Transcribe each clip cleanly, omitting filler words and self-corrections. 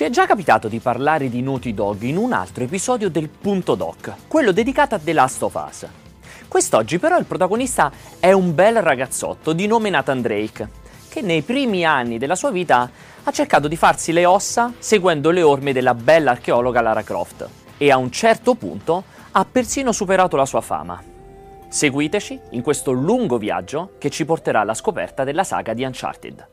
è già capitato di parlare di Naughty Dog in un altro episodio del Punto Doc, quello dedicato a The Last of Us. Quest'oggi però il protagonista è un bel ragazzotto di nome Nathan Drake, che nei primi anni della sua vita ha cercato di farsi le ossa seguendo le orme della bella archeologa Lara Croft e a un certo punto ha persino superato la sua fama. Seguiteci in questo lungo viaggio che ci porterà alla scoperta della saga di Uncharted.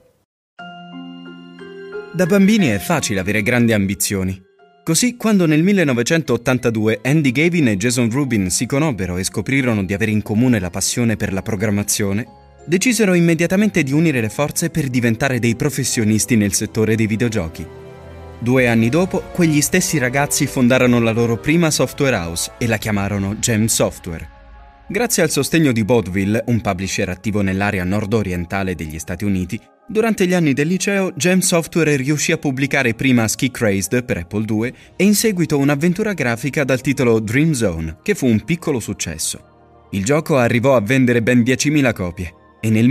Da bambini è facile avere grandi ambizioni. Così, quando nel 1982 Andy Gavin e Jason Rubin si conobbero e scoprirono di avere in comune la passione per la programmazione, decisero immediatamente di unire le forze per diventare dei professionisti nel settore dei videogiochi. 2 anni dopo, quegli stessi ragazzi fondarono la loro prima software house e la chiamarono Gem Software. Grazie al sostegno di Baudeville, un publisher attivo nell'area nord-orientale degli Stati Uniti, durante gli anni del liceo Gem Software riuscì a pubblicare prima Ski Crazed per Apple II e in seguito un'avventura grafica dal titolo Dream Zone, che fu un piccolo successo. Il gioco arrivò a vendere ben 10.000 copie e nel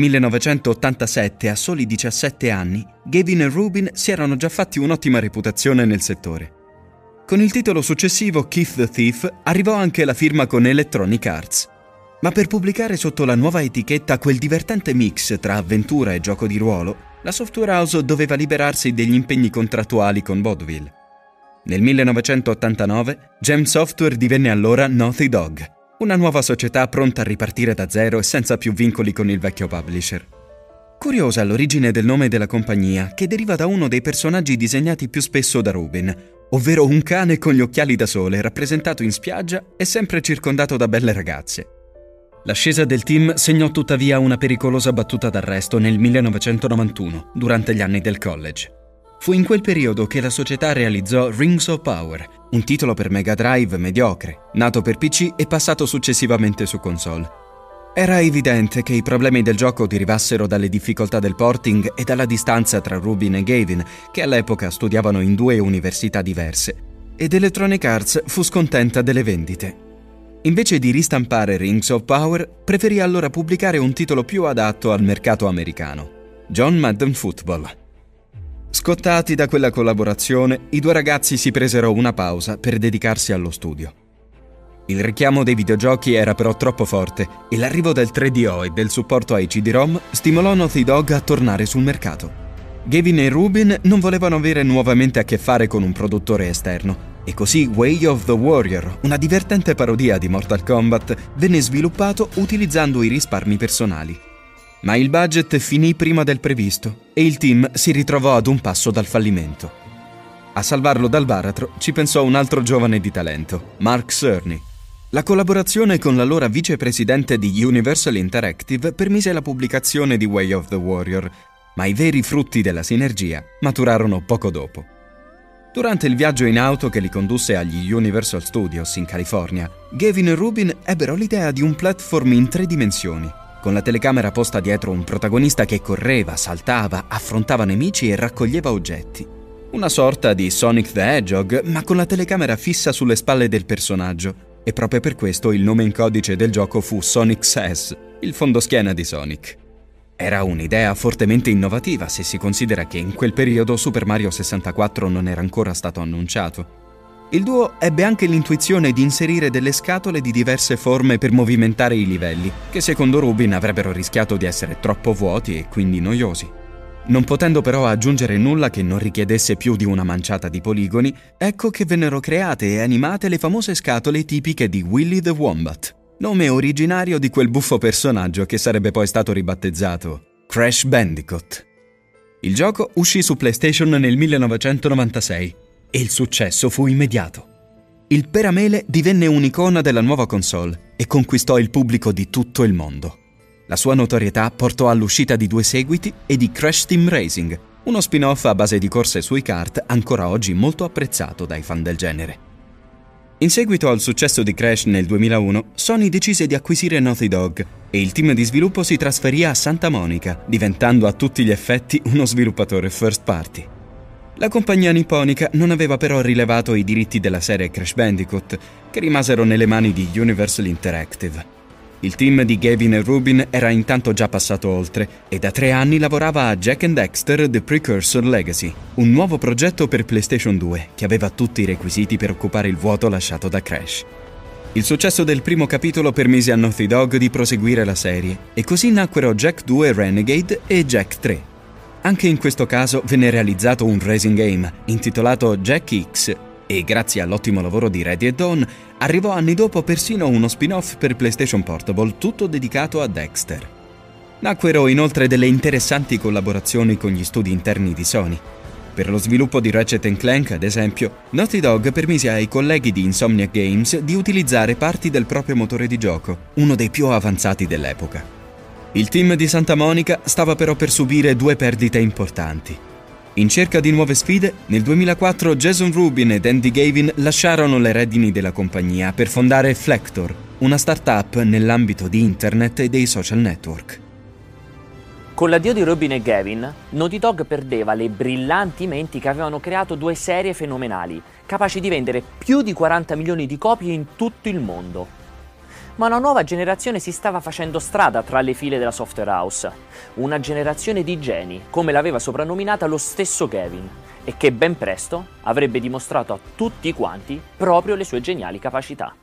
1987, a soli 17 anni, Gavin e Rubin si erano già fatti un'ottima reputazione nel settore. Con il titolo successivo Keith the Thief arrivò anche la firma con Electronic Arts. Ma per pubblicare sotto la nuova etichetta quel divertente mix tra avventura e gioco di ruolo, la software house doveva liberarsi degli impegni contrattuali con Baudeville. Nel 1989, Gem Software divenne allora Naughty Dog, una nuova società pronta a ripartire da zero e senza più vincoli con il vecchio publisher. Curiosa l'origine del nome della compagnia, che deriva da uno dei personaggi disegnati più spesso da Rubin, ovvero un cane con gli occhiali da sole rappresentato in spiaggia e sempre circondato da belle ragazze. L'ascesa del team segnò tuttavia una pericolosa battuta d'arresto nel 1991, durante gli anni del college. Fu in quel periodo che la società realizzò Rings of Power, un titolo per Mega Drive mediocre, nato per PC e passato successivamente su console. Era evidente che i problemi del gioco derivassero dalle difficoltà del porting e dalla distanza tra Rubin e Gavin, che all'epoca studiavano in 2 università diverse, ed Electronic Arts fu scontenta delle vendite. Invece di ristampare Rings of Power, preferì allora pubblicare un titolo più adatto al mercato americano, John Madden Football. Scottati da quella collaborazione, i 2 ragazzi si presero una pausa per dedicarsi allo studio. Il richiamo dei videogiochi era però troppo forte e l'arrivo del 3DO e del supporto ai CD-ROM stimolò Naughty Dog a tornare sul mercato. Gavin e Rubin non volevano avere nuovamente a che fare con un produttore esterno, e così Way of the Warrior, una divertente parodia di Mortal Kombat, venne sviluppato utilizzando i risparmi personali. Ma il budget finì prima del previsto e il team si ritrovò ad un passo dal fallimento. A salvarlo dal baratro ci pensò un altro giovane di talento, Mark Cerny. La collaborazione con l'allora vicepresidente di Universal Interactive permise la pubblicazione di Way of the Warrior, ma i veri frutti della sinergia maturarono poco dopo. Durante il viaggio in auto che li condusse agli Universal Studios in California, Gavin e Rubin ebbero l'idea di un platform in 3 dimensioni, con la telecamera posta dietro un protagonista che correva, saltava, affrontava nemici e raccoglieva oggetti. Una sorta di Sonic the Hedgehog, ma con la telecamera fissa sulle spalle del personaggio, e proprio per questo il nome in codice del gioco fu Sonic Says, il fondoschiena di Sonic. Era un'idea fortemente innovativa se si considera che in quel periodo Super Mario 64 non era ancora stato annunciato. Il duo ebbe anche l'intuizione di inserire delle scatole di diverse forme per movimentare i livelli, che secondo Rubin avrebbero rischiato di essere troppo vuoti e quindi noiosi. Non potendo però aggiungere nulla che non richiedesse più di una manciata di poligoni, ecco che vennero create e animate le famose scatole tipiche di Willy the Wombat, nome originario di quel buffo personaggio che sarebbe poi stato ribattezzato Crash Bandicoot. Il gioco uscì su PlayStation nel 1996 e il successo fu immediato. Il peramele divenne un'icona della nuova console e conquistò il pubblico di tutto il mondo. La sua notorietà portò all'uscita di 2 seguiti e di Crash Team Racing, uno spin-off a base di corse sui kart ancora oggi molto apprezzato dai fan del genere. In seguito al successo di Crash nel 2001, Sony decise di acquisire Naughty Dog e il team di sviluppo si trasferì a Santa Monica, diventando a tutti gli effetti uno sviluppatore first party. La compagnia nipponica non aveva però rilevato i diritti della serie Crash Bandicoot, che rimasero nelle mani di Universal Interactive. Il team di Gavin e Rubin era intanto già passato oltre e da 3 anni lavorava a Jak and Daxter The Precursor Legacy, un nuovo progetto per PlayStation 2 che aveva tutti i requisiti per occupare il vuoto lasciato da Crash. Il successo del primo capitolo permise a Naughty Dog di proseguire la serie e così nacquero Jak 2 Renegade e Jak 3. Anche in questo caso venne realizzato un racing game intitolato Jak X e grazie all'ottimo lavoro di Ready at Dawn arrivò anni dopo persino uno spin-off per PlayStation Portable tutto dedicato a Dexter. Nacquero inoltre delle interessanti collaborazioni con gli studi interni di Sony. Per lo sviluppo di Ratchet & Clank, ad esempio, Naughty Dog permise ai colleghi di Insomniac Games di utilizzare parti del proprio motore di gioco, uno dei più avanzati dell'epoca. Il team di Santa Monica stava però per subire 2 perdite importanti. In cerca di nuove sfide, nel 2004 Jason Rubin ed Andy Gavin lasciarono le redini della compagnia per fondare Flector, una start-up nell'ambito di internet e dei social network. Con l'addio di Rubin e Gavin, Naughty Dog perdeva le brillanti menti che avevano creato 2 serie fenomenali, capaci di vendere più di 40 milioni di copie in tutto il mondo. Ma una nuova generazione si stava facendo strada tra le file della software house. Una generazione di geni, come l'aveva soprannominata lo stesso Gavin, e che ben presto avrebbe dimostrato a tutti quanti proprio le sue geniali capacità.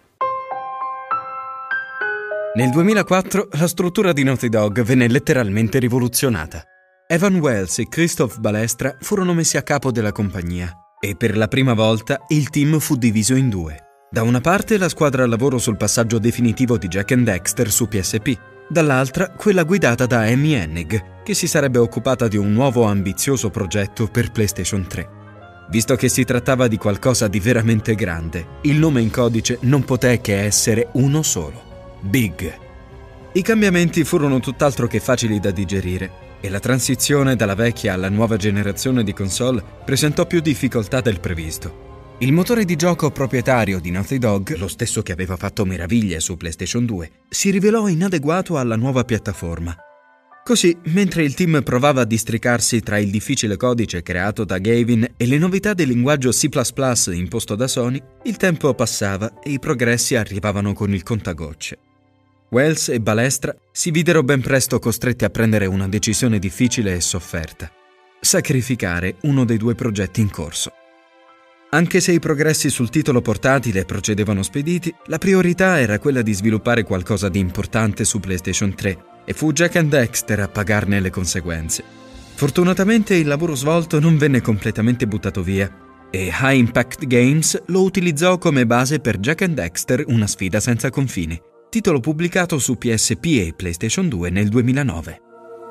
Nel 2004 la struttura di Naughty Dog venne letteralmente rivoluzionata. Evan Wells e Christophe Balestra furono messi a capo della compagnia e per la prima volta il team fu diviso in 2. Da una parte la squadra al lavoro sul passaggio definitivo di Jak and Daxter su PSP, dall'altra quella guidata da Amy Hennig, che si sarebbe occupata di un nuovo ambizioso progetto per PlayStation 3. Visto che si trattava di qualcosa di veramente grande, il nome in codice non poté che essere uno solo: Big. I cambiamenti furono tutt'altro che facili da digerire e la transizione dalla vecchia alla nuova generazione di console presentò più difficoltà del previsto. Il motore di gioco proprietario di Naughty Dog, lo stesso che aveva fatto meraviglie su PlayStation 2, si rivelò inadeguato alla nuova piattaforma. Così, mentre il team provava a districarsi tra il difficile codice creato da Gavin e le novità del linguaggio C++ imposto da Sony, il tempo passava e i progressi arrivavano con il contagocce. Wells e Balestra si videro ben presto costretti a prendere una decisione difficile e sofferta: sacrificare uno dei 2 progetti in corso. Anche se i progressi sul titolo portatile procedevano spediti, la priorità era quella di sviluppare qualcosa di importante su PlayStation 3 e fu Jak and Daxter a pagarne le conseguenze. Fortunatamente il lavoro svolto non venne completamente buttato via e High Impact Games lo utilizzò come base per Jak and Daxter Una sfida senza confini, titolo pubblicato su PSP e PlayStation 2 nel 2009.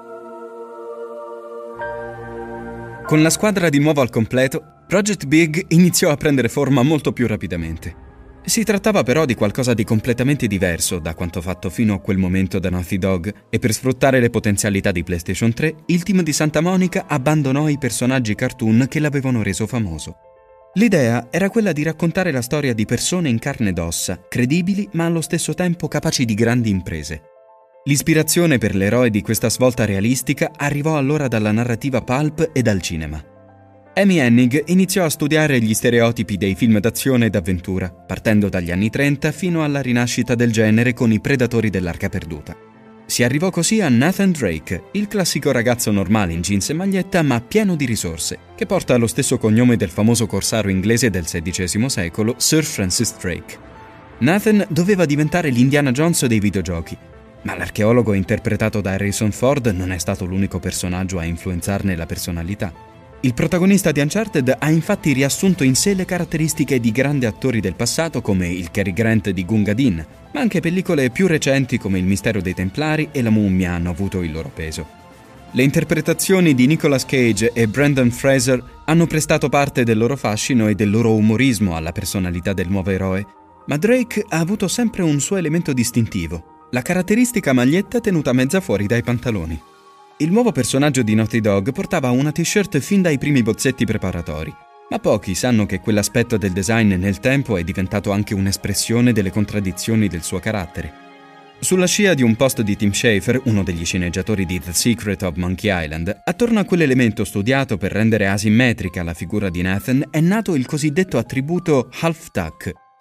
Con la squadra di nuovo al completo, Project Big iniziò a prendere forma molto più rapidamente. Si trattava però di qualcosa di completamente diverso da quanto fatto fino a quel momento da Naughty Dog e per sfruttare le potenzialità di PlayStation 3, il team di Santa Monica abbandonò i personaggi cartoon che l'avevano reso famoso. L'idea era quella di raccontare la storia di persone in carne ed ossa, credibili ma allo stesso tempo capaci di grandi imprese. L'ispirazione per l'eroe di questa svolta realistica arrivò allora dalla narrativa pulp e dal cinema. Amy Hennig iniziò a studiare gli stereotipi dei film d'azione e d'avventura, partendo dagli anni 30 fino alla rinascita del genere con i Predatori dell'Arca Perduta. Si arrivò così a Nathan Drake, il classico ragazzo normale in jeans e maglietta ma pieno di risorse, che porta lo stesso cognome del famoso corsaro inglese del XVI secolo, Sir Francis Drake. Nathan doveva diventare l'Indiana Jones dei videogiochi, ma l'archeologo interpretato da Harrison Ford non è stato l'unico personaggio a influenzarne la personalità. Il protagonista di Uncharted ha infatti riassunto in sé le caratteristiche di grandi attori del passato come il Cary Grant di Gunga Din, ma anche pellicole più recenti come Il mistero dei Templari e La mummia hanno avuto il loro peso. Le interpretazioni di Nicolas Cage e Brendan Fraser hanno prestato parte del loro fascino e del loro umorismo alla personalità del nuovo eroe, ma Drake ha avuto sempre un suo elemento distintivo: la caratteristica maglietta tenuta mezza fuori dai pantaloni. Il nuovo personaggio di Naughty Dog portava una t-shirt fin dai primi bozzetti preparatori, ma pochi sanno che quell'aspetto del design nel tempo è diventato anche un'espressione delle contraddizioni del suo carattere. Sulla scia di un post di Tim Schafer, uno degli sceneggiatori di The Secret of Monkey Island, attorno a quell'elemento studiato per rendere asimmetrica la figura di Nathan è nato il cosiddetto attributo half-tuck,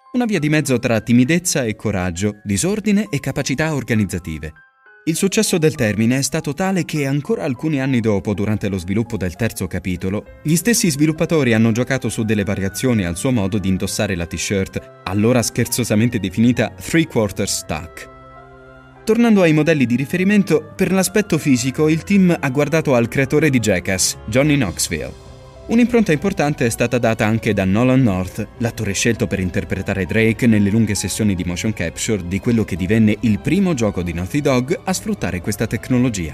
Una via di mezzo tra timidezza e coraggio, disordine e capacità organizzative. Il successo del termine è stato tale che ancora alcuni anni dopo, durante lo sviluppo del terzo capitolo, gli stessi sviluppatori hanno giocato su delle variazioni al suo modo di indossare la t-shirt, allora scherzosamente definita 3/4 stack. Tornando ai modelli di riferimento, per l'aspetto fisico il team ha guardato al creatore di Jackass, Johnny Knoxville. Un'impronta importante è stata data anche da Nolan North, l'attore scelto per interpretare Drake nelle lunghe sessioni di motion capture di quello che divenne il primo gioco di Naughty Dog a sfruttare questa tecnologia.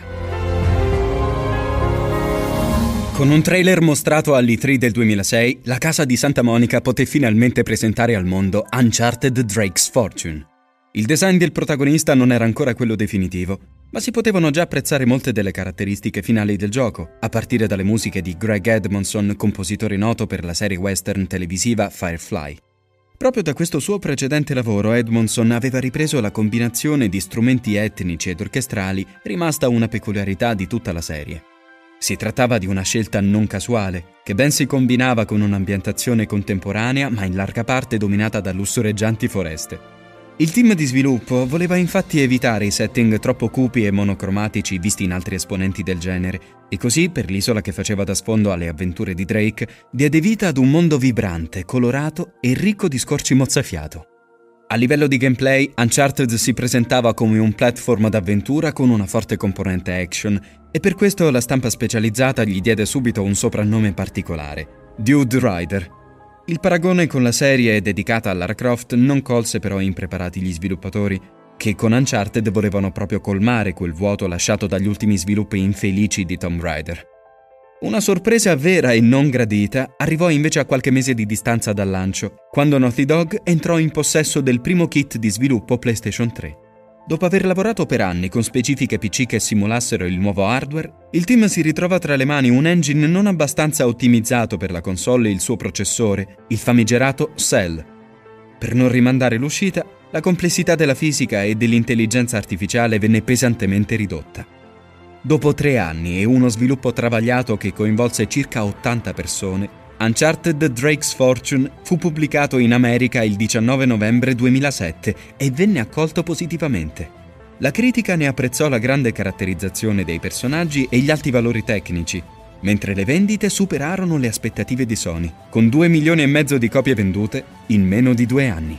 Con un trailer mostrato all'E3 del 2006, la casa di Santa Monica poté finalmente presentare al mondo Uncharted Drake's Fortune. Il design del protagonista non era ancora quello definitivo, ma si potevano già apprezzare molte delle caratteristiche finali del gioco, a partire dalle musiche di Greg Edmonson, compositore noto per la serie western televisiva Firefly. Proprio da questo suo precedente lavoro Edmonson aveva ripreso la combinazione di strumenti etnici ed orchestrali, rimasta una peculiarità di tutta la serie. Si trattava di una scelta non casuale, che ben si combinava con un'ambientazione contemporanea ma in larga parte dominata da lussureggianti foreste. Il team di sviluppo voleva infatti evitare i setting troppo cupi e monocromatici visti in altri esponenti del genere, e così, per l'isola che faceva da sfondo alle avventure di Drake, diede vita ad un mondo vibrante, colorato e ricco di scorci mozzafiato. A livello di gameplay, Uncharted si presentava come un platform d'avventura con una forte componente action, e per questo la stampa specializzata gli diede subito un soprannome particolare: Dude Rider. Il paragone con la serie dedicata a Lara Croft non colse però impreparati gli sviluppatori, che con Uncharted volevano proprio colmare quel vuoto lasciato dagli ultimi sviluppi infelici di Tomb Raider. Una sorpresa vera e non gradita arrivò invece a qualche mese di distanza dal lancio, quando Naughty Dog entrò in possesso del primo kit di sviluppo PlayStation 3. Dopo aver lavorato per anni con specifiche PC che simulassero il nuovo hardware, il team si ritrova tra le mani un engine non abbastanza ottimizzato per la console e il suo processore, il famigerato Cell. Per non rimandare l'uscita, la complessità della fisica e dell'intelligenza artificiale venne pesantemente ridotta. Dopo 3 anni e uno sviluppo travagliato che coinvolse circa 80 persone, Uncharted Drake's Fortune fu pubblicato in America il 19 novembre 2007 e venne accolto positivamente. La critica ne apprezzò la grande caratterizzazione dei personaggi e gli alti valori tecnici, mentre le vendite superarono le aspettative di Sony, con 2,5 milioni di copie vendute in meno di 2 anni.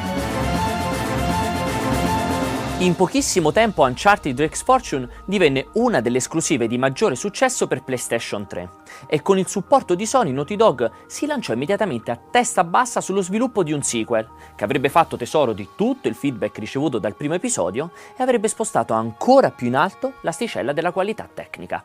In pochissimo tempo Uncharted Drake's Fortune divenne una delle esclusive di maggiore successo per PlayStation 3 e con il supporto di Sony Naughty Dog si lanciò immediatamente a testa bassa sullo sviluppo di un sequel che avrebbe fatto tesoro di tutto il feedback ricevuto dal primo episodio e avrebbe spostato ancora più in alto l'asticella della qualità tecnica.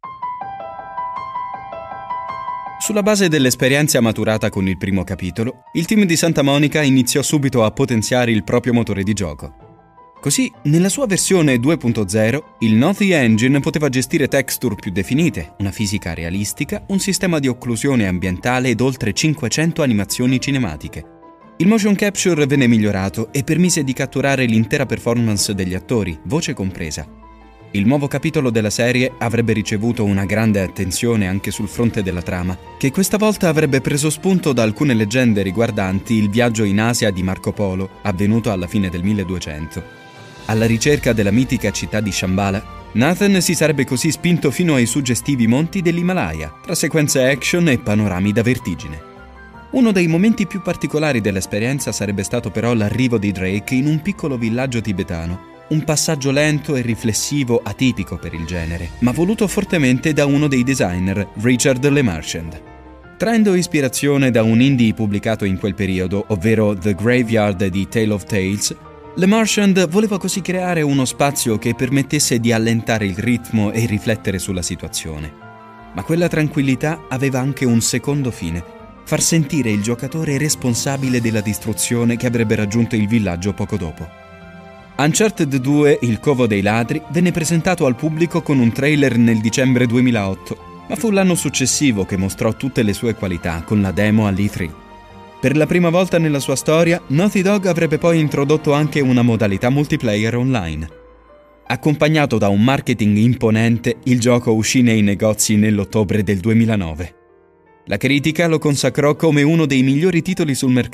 Sulla base dell'esperienza maturata con il primo capitolo, il team di Santa Monica iniziò subito a potenziare il proprio motore di gioco. Così, nella sua versione 2.0, il Naughty Engine poteva gestire texture più definite, una fisica realistica, un sistema di occlusione ambientale ed oltre 500 animazioni cinematiche. Il motion capture venne migliorato e permise di catturare l'intera performance degli attori, voce compresa. Il nuovo capitolo della serie avrebbe ricevuto una grande attenzione anche sul fronte della trama, che questa volta avrebbe preso spunto da alcune leggende riguardanti il viaggio in Asia di Marco Polo, avvenuto alla fine del 1200. Alla ricerca della mitica città di Shambhala, Nathan si sarebbe così spinto fino ai suggestivi monti dell'Himalaya, tra sequenze action e panorami da vertigine. Uno dei momenti più particolari dell'esperienza sarebbe stato però l'arrivo di Drake in un piccolo villaggio tibetano, un passaggio lento e riflessivo atipico per il genere, ma voluto fortemente da uno dei designer, Richard LeMarchand. Traendo ispirazione da un indie pubblicato in quel periodo, ovvero The Graveyard di Tale of Tales, LeMarchand voleva così creare uno spazio che permettesse di allentare il ritmo e riflettere sulla situazione. Ma quella tranquillità aveva anche un secondo fine: far sentire il giocatore responsabile della distruzione che avrebbe raggiunto il villaggio poco dopo. Uncharted 2, Il Covo dei Ladri, venne presentato al pubblico con un trailer nel dicembre 2008, ma fu l'anno successivo che mostrò tutte le sue qualità con la demo all'E3. Per la prima volta nella sua storia, Naughty Dog avrebbe poi introdotto anche una modalità multiplayer online. Accompagnato da un marketing imponente, il gioco uscì nei negozi nell'ottobre del 2009. La critica lo consacrò come uno dei migliori titoli sul mercato,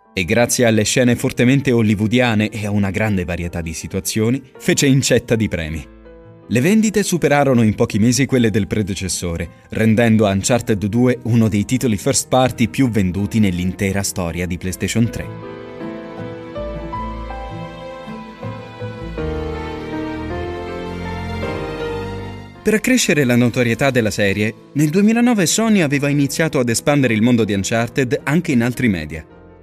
e grazie alle scene fortemente hollywoodiane e a una grande varietà di situazioni, fece incetta di premi. Le vendite superarono in pochi mesi quelle del predecessore, rendendo Uncharted 2 uno dei titoli first party più venduti nell'intera storia di PlayStation 3. Per accrescere la notorietà della serie, nel 2009 Sony aveva iniziato ad espandere il mondo di Uncharted anche in altri media.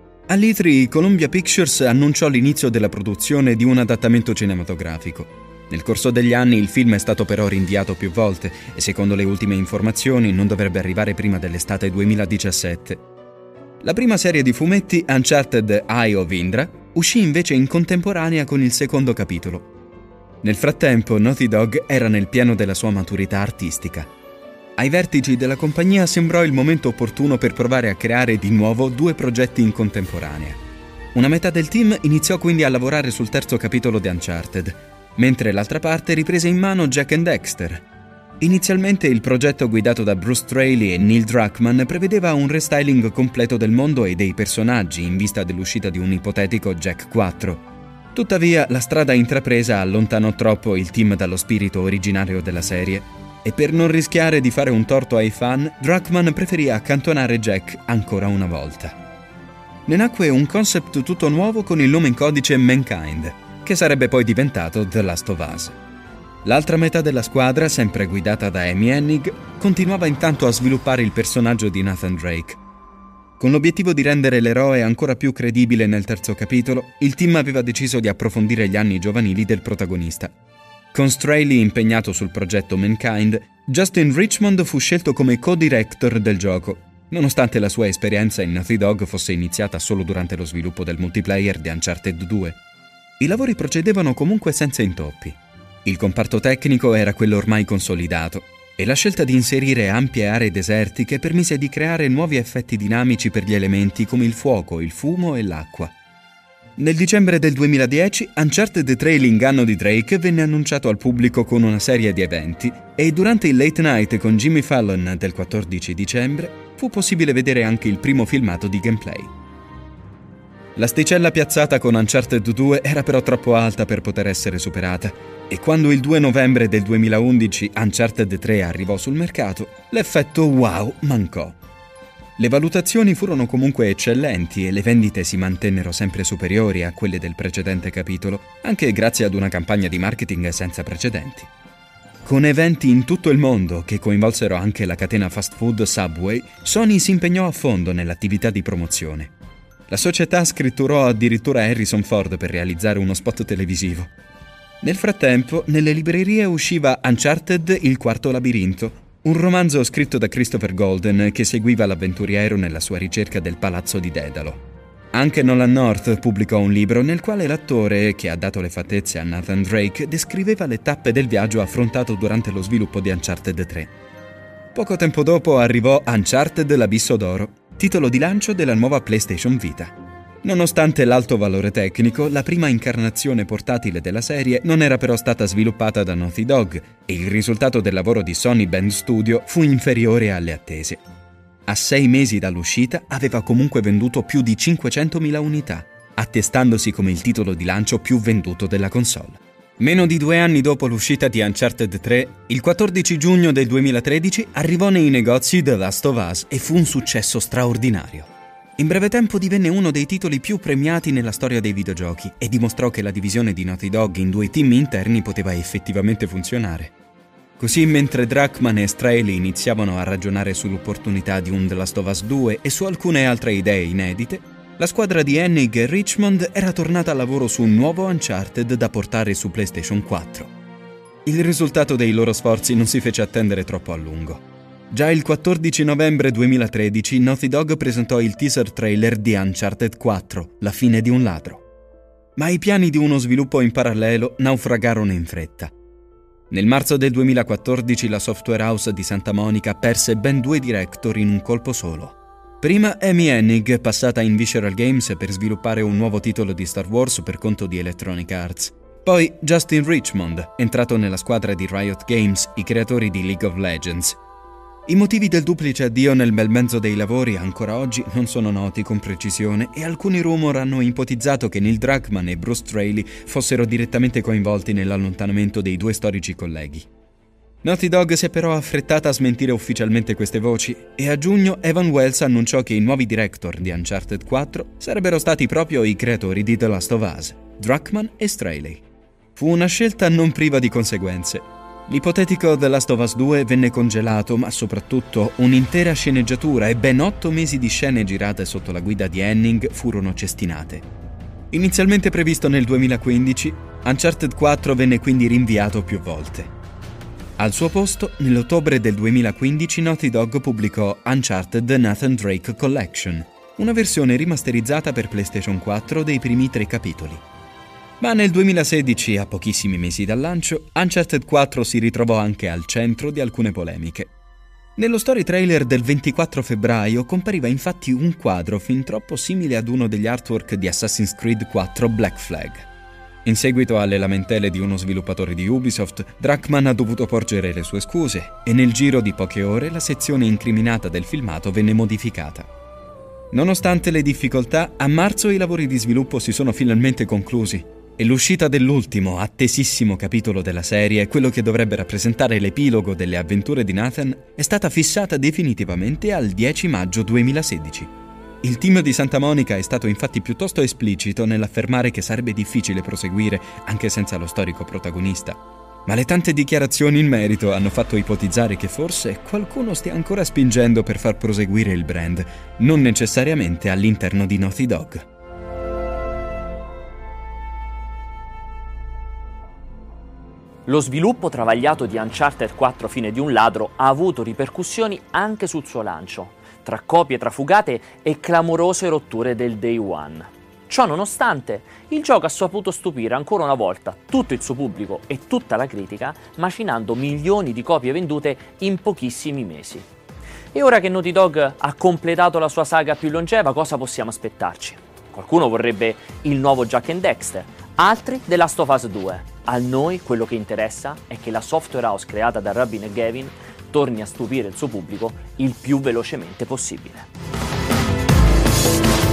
All'E3 Columbia Pictures annunciò l'inizio della produzione di un adattamento cinematografico. Nel corso degli anni il film è stato però rinviato più volte e secondo le ultime informazioni non dovrebbe arrivare prima dell'estate 2017. La prima serie di fumetti, Uncharted Eye of Indra, uscì invece in contemporanea con il secondo capitolo. Nel frattempo, Naughty Dog era nel pieno della sua maturità artistica. Ai vertici della compagnia sembrò il momento opportuno per provare a creare di nuovo due progetti in contemporanea. Una metà del team iniziò quindi a lavorare sul terzo capitolo di Uncharted, mentre l'altra parte riprese in mano Jak and Daxter. Inizialmente il progetto guidato da Bruce Straley e Neil Druckmann prevedeva un restyling completo del mondo e dei personaggi in vista dell'uscita di un ipotetico Jak 4. Tuttavia, la strada intrapresa allontanò troppo il team dallo spirito originario della serie e per non rischiare di fare un torto ai fan, Druckmann preferì accantonare Jak ancora una volta. Ne nacque un concept tutto nuovo con il nome in codice Mankind, che sarebbe poi diventato The Last of Us. L'altra metà della squadra, sempre guidata da Amy Hennig, continuava intanto a sviluppare il personaggio di Nathan Drake. Con l'obiettivo di rendere l'eroe ancora più credibile nel terzo capitolo, il team aveva deciso di approfondire gli anni giovanili del protagonista. Con Straley impegnato sul progetto Mankind, Justin Richmond fu scelto come co-director del gioco, nonostante la sua esperienza in Naughty Dog fosse iniziata solo durante lo sviluppo del multiplayer di Uncharted 2. I lavori procedevano comunque senza intoppi. Il comparto tecnico era quello ormai consolidato, e la scelta di inserire ampie aree desertiche permise di creare nuovi effetti dinamici per gli elementi come il fuoco, il fumo e l'acqua. Nel dicembre del 2010, Uncharted 3 L'inganno di Drake venne annunciato al pubblico con una serie di eventi e durante il Late Night con Jimmy Fallon del 14 dicembre fu possibile vedere anche il primo filmato di gameplay. L'asticella piazzata con Uncharted 2 era però troppo alta per poter essere superata e quando il 2 novembre del 2011 Uncharted 3 arrivò sul mercato, l'effetto wow mancò. Le valutazioni furono comunque eccellenti e le vendite si mantennero sempre superiori a quelle del precedente capitolo, anche grazie ad una campagna di marketing senza precedenti. Con eventi in tutto il mondo che coinvolsero anche la catena fast food Subway, Sony si impegnò a fondo nell'attività di promozione. La società scritturò addirittura Harrison Ford per realizzare uno spot televisivo. Nel frattempo, nelle librerie usciva Uncharted Il quarto labirinto, un romanzo scritto da Christopher Golden che seguiva l'avventuriero nella sua ricerca del palazzo di Dedalo. Anche Nolan North pubblicò un libro nel quale l'attore, che ha dato le fattezze a Nathan Drake, descriveva le tappe del viaggio affrontato durante lo sviluppo di Uncharted 3. Poco tempo dopo arrivò Uncharted l'Abisso d'Oro, titolo di lancio della nuova PlayStation Vita. Nonostante l'alto valore tecnico, la prima incarnazione portatile della serie non era però stata sviluppata da Naughty Dog e il risultato del lavoro di Sony Bend Studio fu inferiore alle attese. A 6 mesi dall'uscita aveva comunque venduto più di 500.000 unità, attestandosi come il titolo di lancio più venduto della console. Meno di 2 anni dopo l'uscita di Uncharted 3, il 14 giugno del 2013 arrivò nei negozi The Last of Us e fu un successo straordinario. In breve tempo divenne uno dei titoli più premiati nella storia dei videogiochi e dimostrò che la divisione di Naughty Dog in 2 team interni poteva effettivamente funzionare. Così, mentre Druckmann e Straley iniziavano a ragionare sull'opportunità di un The Last of Us 2 e su alcune altre idee inedite, la squadra di Hennig e Richmond era tornata al lavoro su un nuovo Uncharted da portare su PlayStation 4. Il risultato dei loro sforzi non si fece attendere troppo a lungo. Già il 14 novembre 2013 Naughty Dog presentò il teaser trailer di Uncharted 4, La fine di un ladro. Ma i piani di uno sviluppo in parallelo naufragarono in fretta. Nel marzo del 2014 la software house di Santa Monica perse ben 2 director in un colpo solo. Prima Amy Hennig, passata in Visceral Games per sviluppare un nuovo titolo di Star Wars per conto di Electronic Arts. Poi Justin Richmond, entrato nella squadra di Riot Games, i creatori di League of Legends. I motivi del duplice addio nel bel mezzo dei lavori ancora oggi non sono noti con precisione e alcuni rumor hanno ipotizzato che Neil Druckmann e Bruce Straley fossero direttamente coinvolti nell'allontanamento dei due storici colleghi. Naughty Dog si è però affrettata a smentire ufficialmente queste voci e a giugno Evan Wells annunciò che i nuovi director di Uncharted 4 sarebbero stati proprio i creatori di The Last of Us, Druckmann e Straley. Fu una scelta non priva di conseguenze. L'ipotetico The Last of Us 2 venne congelato, ma soprattutto un'intera sceneggiatura e ben 8 mesi di scene girate sotto la guida di Henning furono cestinate. Inizialmente previsto nel 2015, Uncharted 4 venne quindi rinviato più volte. Al suo posto, nell'ottobre del 2015 Naughty Dog pubblicò Uncharted The Nathan Drake Collection, una versione rimasterizzata per PlayStation 4 dei primi 3 capitoli. Ma nel 2016, a pochissimi mesi dal lancio, Uncharted 4 si ritrovò anche al centro di alcune polemiche. Nello story trailer del 24 febbraio compariva infatti un quadro fin troppo simile ad uno degli artwork di Assassin's Creed 4 Black Flag. In seguito alle lamentele di uno sviluppatore di Ubisoft, Druckmann ha dovuto porgere le sue scuse e nel giro di poche ore la sezione incriminata del filmato venne modificata. Nonostante le difficoltà, a marzo i lavori di sviluppo si sono finalmente conclusi e l'uscita dell'ultimo, attesissimo capitolo della serie, quello che dovrebbe rappresentare l'epilogo delle avventure di Nathan, è stata fissata definitivamente al 10 maggio 2016. Il team di Santa Monica è stato infatti piuttosto esplicito nell'affermare che sarebbe difficile proseguire anche senza lo storico protagonista. Ma le tante dichiarazioni in merito hanno fatto ipotizzare che forse qualcuno stia ancora spingendo per far proseguire il brand, non necessariamente all'interno di Naughty Dog. Lo sviluppo travagliato di Uncharted 4 Fine di un ladro ha avuto ripercussioni anche sul suo lancio, tra copie trafugate e clamorose rotture del Day One. Ciò nonostante, il gioco ha saputo stupire ancora una volta tutto il suo pubblico e tutta la critica, macinando milioni di copie vendute in pochissimi mesi. E ora che Naughty Dog ha completato la sua saga più longeva, cosa possiamo aspettarci? Qualcuno vorrebbe il nuovo Jak and Daxter, altri The Last of Us 2. A noi quello che interessa è che la software house creata da Rabin e Gavin torni a stupire il suo pubblico il più velocemente possibile.